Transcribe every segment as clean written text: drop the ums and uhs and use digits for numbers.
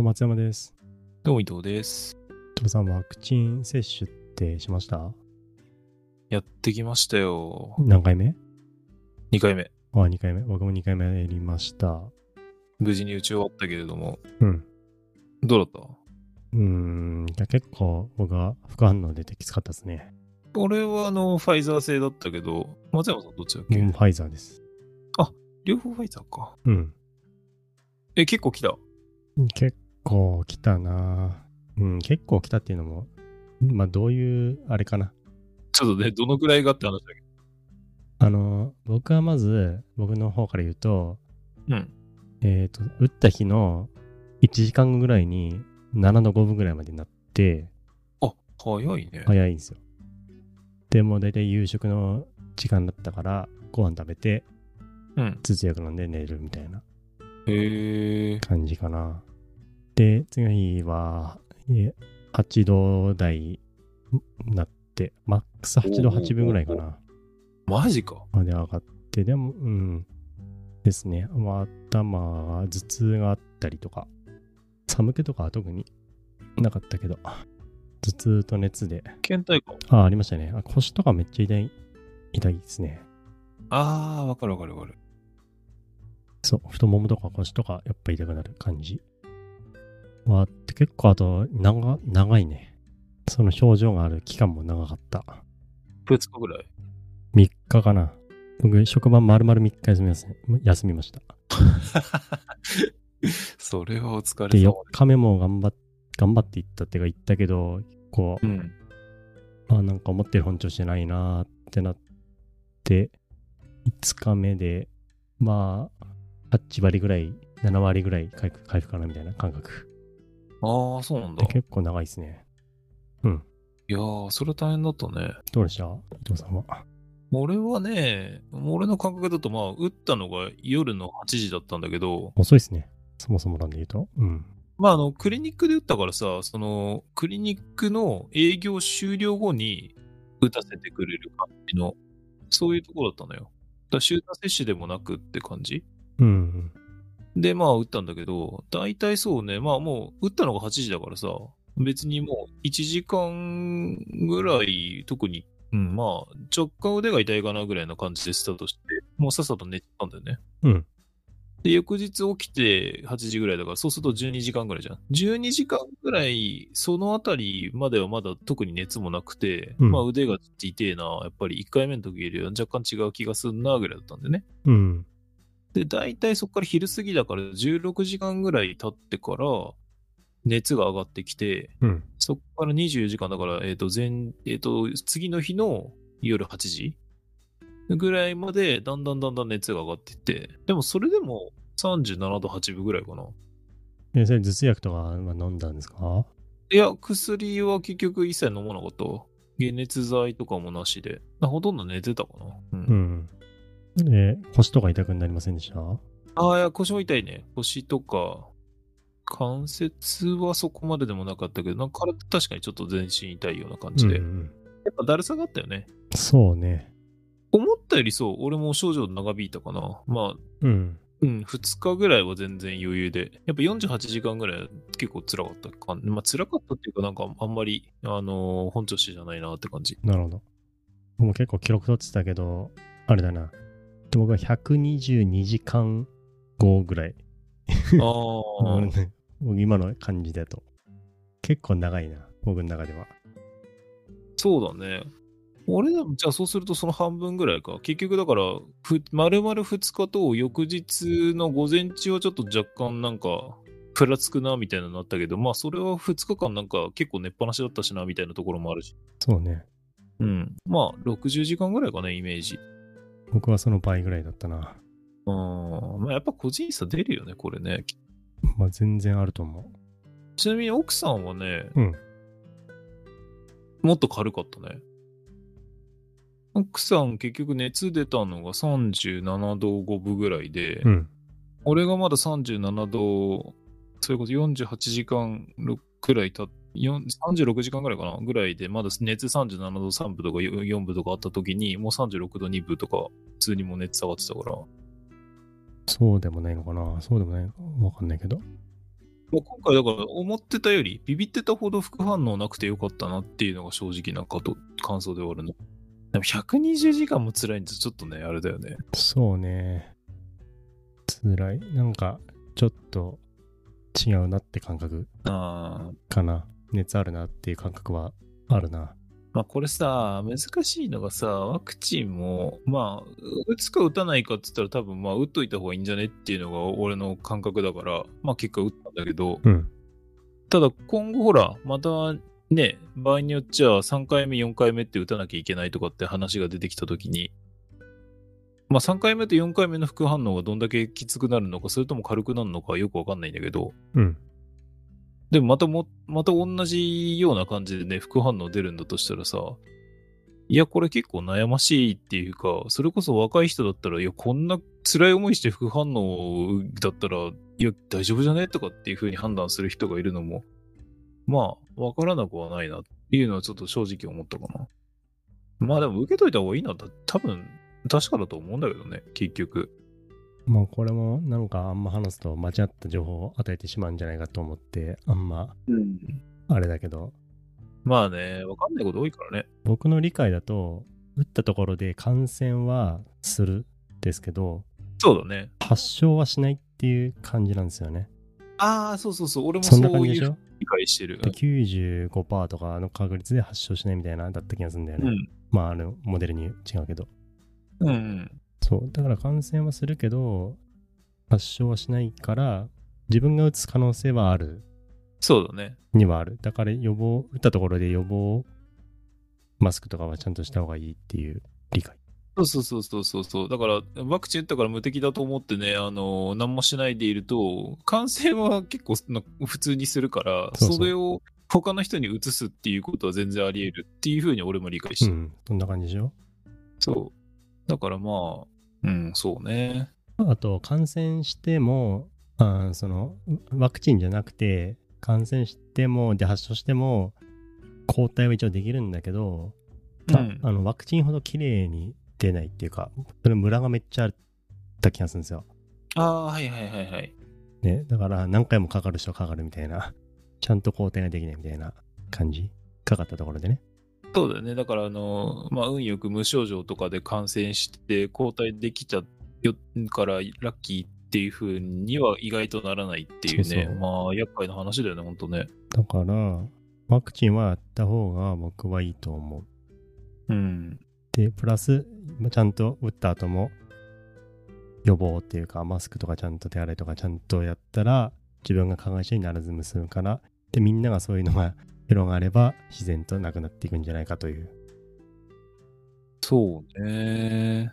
松山です。 どうも伊藤です。 伊藤さん、ワクチン接種ってしました？ やってきましたよ。 何回目？ 2回目。 2回目。僕も2回目やりました。 無事に打ち終わったけれども。 うん。 どうだった？ いや結構僕は副反応出てきつかったですね。 俺はファイザー製だったけど、松山さんどっちだっけ？ ファイザーです。 あ、両方ファイザーか。 うん。 結構来た？ 結構来たな。結構来たっていうのも、まあどういうあれかな。 ちょっとね、どのくらいがって話だけど。 僕はまず、僕の方から言うと、 うん。 打った日の1時間後ぐらいに7度5分ぐらいまでになって、 あ、早いね。 早いんですよ。でも大体夕食の時間だったからご飯食べて、頭痛薬飲んで寝るみたいな感じかな。で、次の日は8度台になって、マックス8度8分ぐらいかな。 マジか。 まで上がって、でも、ですね。まあ、頭は頭痛があったりとか、寒気とかは特になかったけど、頭痛と熱で。 倦怠感？ ありましたね。腰とかめっちゃ痛いですね。 わかる。 そう、太ももとか腰とかやっぱ痛くなる感じ。あって結構あと長いね。その症状がある期間も長かった。 2日ぐらい ？3日かな。僕、職場丸々3日休みました。 それはお疲れ様で、4日目も頑張って行ったっていうか行ったけど、こう、なんか思ってる本調子じゃないなーってなって、5日目で、まあ、8割ぐらい、7割ぐらい回復かなみたいな感覚。 そうなんだ。 結構長いですね。 いやー、それ大変だったね。 どうでした伊藤さんは？ 俺はね、俺の感覚だと打ったのが夜の8時だったんだけど。 遅いですね。そもそもなんで言うと。 クリニックで打ったからさ、クリニックの営業終了後に打たせてくれる感じの、そういうところだったのよ。だから集団接種でもなくって感じ。で、打ったんだけど、大体そうね、もう打ったのが8時だからさ、別にもう1時間ぐらい特に若干腕が痛いかなぐらいな感じでスタートして、もうさっさと寝てたんだよね。で、翌日起きて8時ぐらいだから、そうすると12時間ぐらいじゃん。12時間ぐらい、そのあたりまではまだ特に熱もなくて、腕が痛えな、やっぱり1回目の時よりは若干違う気がすんな、ぐらいだったんでね。で、大体そこから昼過ぎだから16時間ぐらい経ってから、熱が上がってきて、そこから24時間だから、次の日の夜8時ぐらいまでだんだん熱が上がっていって、でもそれでも37度8分ぐらいかな。 それ頭痛薬とか飲んだんですか？ いや、薬は結局一切飲まなかった。解熱剤とかもなしで。ほとんど寝てたかな。 腰とか痛くなりませんでした？ いや、腰も痛いね。腰とか、関節はそこまででもなかったけど、なんか体確かにちょっと全身痛いような感じで。やっぱだるさがあったよね。 そうね。 思ったよりそう、俺も症状長引いたかな。2日ぐらいは全然余裕で。やっぱ48時間ぐらい結構辛かったか。辛かったっていうかなんかあんまり、本調子じゃないなって感じ。 なるほど。僕も結構記録取ってたけど、あれだな。僕は122時間後ぐらい。僕今の感じだと。結構長いな。僕の中では。 そうだね。俺でも、じゃあそうするとその半分ぐらいか。結局だから、丸々2日と翌日の午前中はちょっと若干なんか、ふらつくなみたいなのになったけど、それは2日間なんか結構寝っぱなしだったしなみたいなところもあるし。 そうね。 60時間ぐらいかね、イメージ。 僕はその倍ぐらいだったな。 やっぱ個人差出るよね、これね。 全然あると思う。 ちなみに奥さんはね、もっと軽かったね。奥さん結局熱出たのが37度5分ぐらいで、俺がまだ37度、それこそ48時間くらい36時間ぐらいかなぐらいで、まだ熱37度3分とか4分とかあった時に、もう36度2分とか、普通にもう熱下がってたから。 そうでもないのかな？そうでもないのかわかんないけど。 今回だから思ってたよりビビってたほど副反応なくてよかったなっていうのが正直な感想で終わるの。でも120時間も辛いんですちょっとね、あれだよね。 そうね。辛い。なんか、ちょっと違うなって感覚かな。熱あるなっていう感覚はあるな。 まあこれさ、難しいのがさ、ワクチンも、まあ、打つか打たないかって言ったら多分まあ打っといた方がいいんじゃねっていうのが俺の感覚だから、まあ結果打ったんだけど、ただ今後ほら、またね、場合によっちゃ3回目、4回目って打たなきゃいけないとかって話が出てきたときに、まあ3回目と4回目の副反応がどんだけきつくなるのか、それとも軽くなるのかよくわかんないんだけど、でもまた同じような感じでね、副反応出るんだとしたらさ、いや、これ結構悩ましいっていうか、それこそ若い人だったら、いや、こんな辛い思いして副反応だったら、いや、大丈夫じゃねとかっていう風に判断する人がいるのも、まあ、わからなくはないなっていうのはちょっと正直思ったかな。まあでも受けといた方がいいのは多分、確かだと思うんだけどね、結局。 まあこれもなんかあんま話すと間違った情報を与えてしまうんじゃないかと思ってあんまあれだけど、 まあね、わかんないこと多いからね。 僕の理解だと打ったところで感染はするんですけど、 そうだね。 発症はしないっていう感じなんですよね。 ああ、そうそうそう、俺もそういう理解してる。 95% とかの確率で発症しないみたいなだった気がするんだよね。まあモデルに違うけど。そう。だから感染はするけど、発症はしないから、自分が打つ可能性はある。 そうだね。 にはある。だから打ったところで予防、マスクとかはちゃんとした方がいいっていう理解。 そう。だから、ワクチン打ったから無敵だと思ってね、何もしないでいると、感染は結構普通にするから、それを他の人に移すっていうことは全然あり得るっていうふうに俺も理解してる。 そんな感じでしょ？ そう。だからまあ、そうね。 あと、感染しても、その、ワクチンじゃなくて、感染しても、で、発症しても、抗体は一応できるんだけど、ワクチンほど綺麗に出ないっていうか、それムラがめっちゃあった気がするんですよ。 はい。 ね、だから何回もかかる人はかかるみたいな、ちゃんと抗体ができないみたいな感じ。かかったところでね。 そうだよね。だから運よく無症状とかで感染して抗体できちゃうからラッキーっていう風には意外とならないっていうね。まあ厄介な話だよね、ほんとね。 だからワクチンはやった方が僕はいいと思う。で、プラス、ちゃんと打った後も予防っていうか、マスクとかちゃんと手洗いとかちゃんとやったら、自分が加害者にならずに済むから、で、みんながそういうのが広がれば、自然となくなっていくんじゃないかという。 そうね。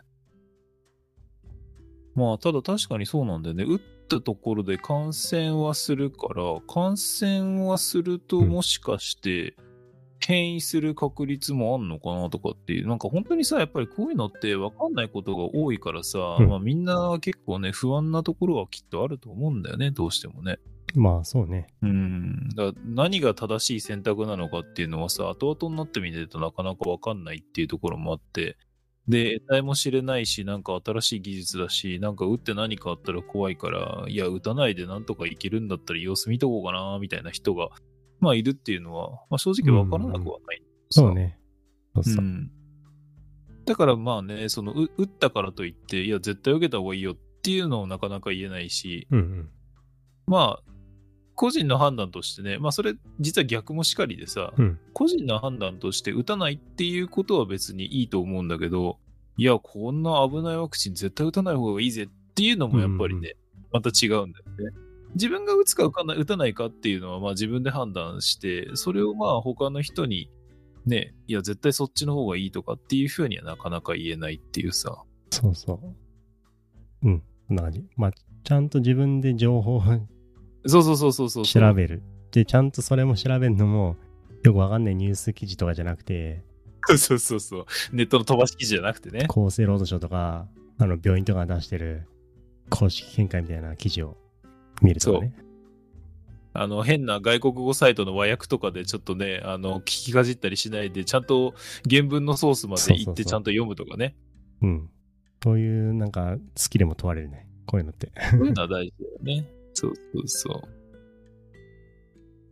まあ、ただ確かにそうなんだよね。打ったところで感染はするから、感染はするともしかして、変異する確率もあんのかなとかっていう、なんか本当にさ、やっぱりこういうのって分かんないことが多いからさ、まあみんな結構ね、不安なところはきっとあると思うんだよね、どうしてもね。 まあそうね。 だから何が正しい選択なのかっていうのはさ、後々になってみてるとなかなか分かんないっていうところもあって、で、得体も知れないし、なんか新しい技術だし、なんか打って何かあったら怖いから、いや、打たないでなんとかいけるんだったら様子見とこうかな、みたいな人が、まあいるっていうのは、まあ正直わからなくはない。 そうね。 だからまあね、打ったからといって、いや、絶対受けた方がいいよっていうのをなかなか言えないし、まあ、個人の判断としてね、まあそれ実は逆もしかりでさ、個人の判断として打たないっていうことは別にいいと思うんだけど、いや、こんな危ないワクチン絶対打たない方がいいぜっていうのもやっぱりね、また違うんだよね。自分が打つか打たないかっていうのはまあ自分で判断して、それをまあ他の人にね、いや絶対そっちの方がいいとかっていうふうにはなかなか言えないっていうさ。 そうそう。まあちゃんと自分で情報をそう調べる。で、ちゃんとそれも調べるのもよくわかんないニュース記事とかじゃなくて、 そう。ネットの飛ばし記事じゃなくてね。 厚生労働省とか、病院とかが出してる公式見解みたいな記事を見るとかね。 変な外国語サイトの和訳とかでちょっとね、聞きかじったりしないで、ちゃんと原文のソースまで行ってちゃんと読むとかね。 そういうなんかスキルも問われるね。こういうのって。 そういうのは大事だよね。そう。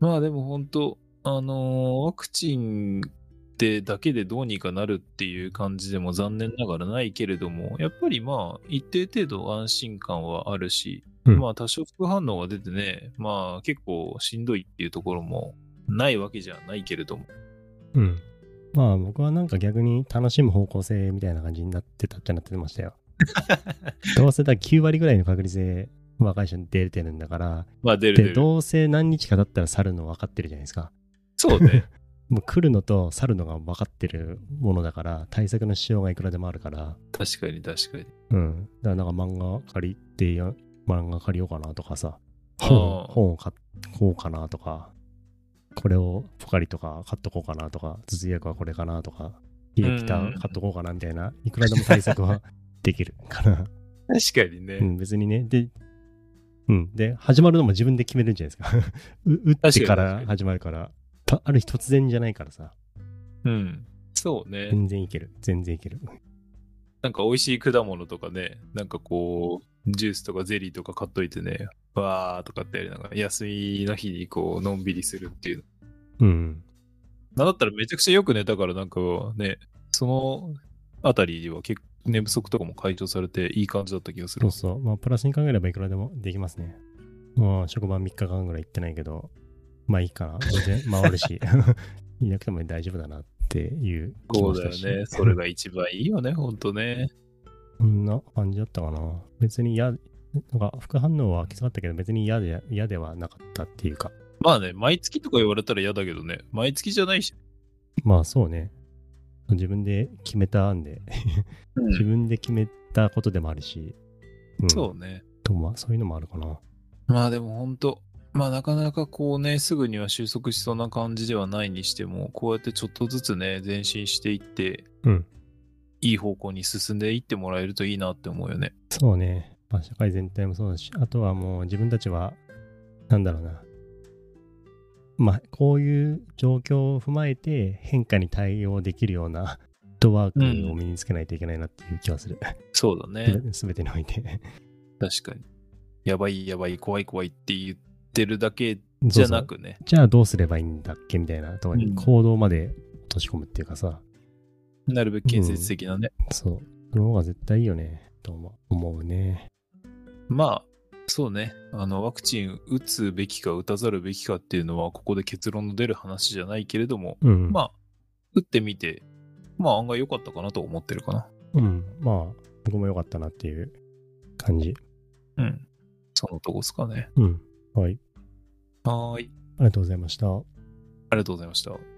まあでも本当、ワクチンでだけでどうにかなるっていう感じでも残念ながらないけれども、やっぱりまあ一定程度安心感はあるし、まあ多少副反応が出てね、まあ結構しんどいっていうところもないわけじゃないけれども。 まあ僕はなんか逆に楽しむ方向性みたいな感じになってたってなってましたよ。どうせだ9割ぐらいの確率で若い人に出てるんだから、 まあ出る。 で、どうせ何日か経ったら去るの分かってるじゃないですか。 そうね。 もう来るのと去るのが分かってるものだから、対策のしようがいくらでもあるから。 確かに。 だからなんか漫画借りようかなとかさ、本を買おうかなとか、これをポカリとか買っとこうかなとか、頭痛薬はこれかなとか、家来た買っとこうかなみたいな、いくらでも対策はできるから。 確かにね。 別にね。で、始まるのも自分で決めるんじゃないですか。打ってから始まるから、ある日突然じゃないからさ。 そうね。 全然いける。 なんか美味しい果物とかね、なんかこう、ジュースとかゼリーとか買っといてね、わーとかってやりながら、休みの日にこう、のんびりするっていう。なんだったらめちゃくちゃよく寝たから、なんかね、そのあたりは結構寝不足とかも解消されていい感じだった気がする。 そう。まあ、プラスに考えればいくらでもできますね。もう職場3日間ぐらい行ってないけど、まあいいかな。全然回るし、いなくても大丈夫だなっていう気もしたし。 そうだよね。それが一番いいよね、ほんとね。 こんな感じだったかな。別になんか副反応はきつかったけど、別に嫌ではなかったっていうか。 まあね、毎月とか言われたら嫌だけどね。毎月じゃないし。 まあそうね。自分で決めたんで、自分で決めたことでもあるし。 そうね。 まあそういうのもあるかな。 まあでも本当まあなかなかこうね、すぐには収束しそうな感じではないにしても、こうやってちょっとずつね、前進していって、いい方向に進んでいってもらえるといいなって思うよね。 そうね。まあ社会全体もそうだし、あとはもう自分たちは、なんだろうな。まあこういう状況を踏まえて変化に対応できるようなフットワークを身につけないといけないなっていう気はする。 そうだね。 すべてにおいて。 確かに。やばい、怖いって言ってるだけじゃなくね。 じゃあどうすればいいんだっけみたいなところに行動まで落とし込むっていうかさ。 なるべく建設的なね。 そう。その方が絶対いいよね。と思うね。 まあ、そうね。ワクチン打つべきか打たざるべきかっていうのは、ここで結論の出る話じゃないけれども、まあ、打ってみて、まあ案外良かったかなと思ってるかな。 まあ、僕も良かったなっていう感じ。 そのとこですかね。 はい。 はい。 ありがとうございました。 ありがとうございました。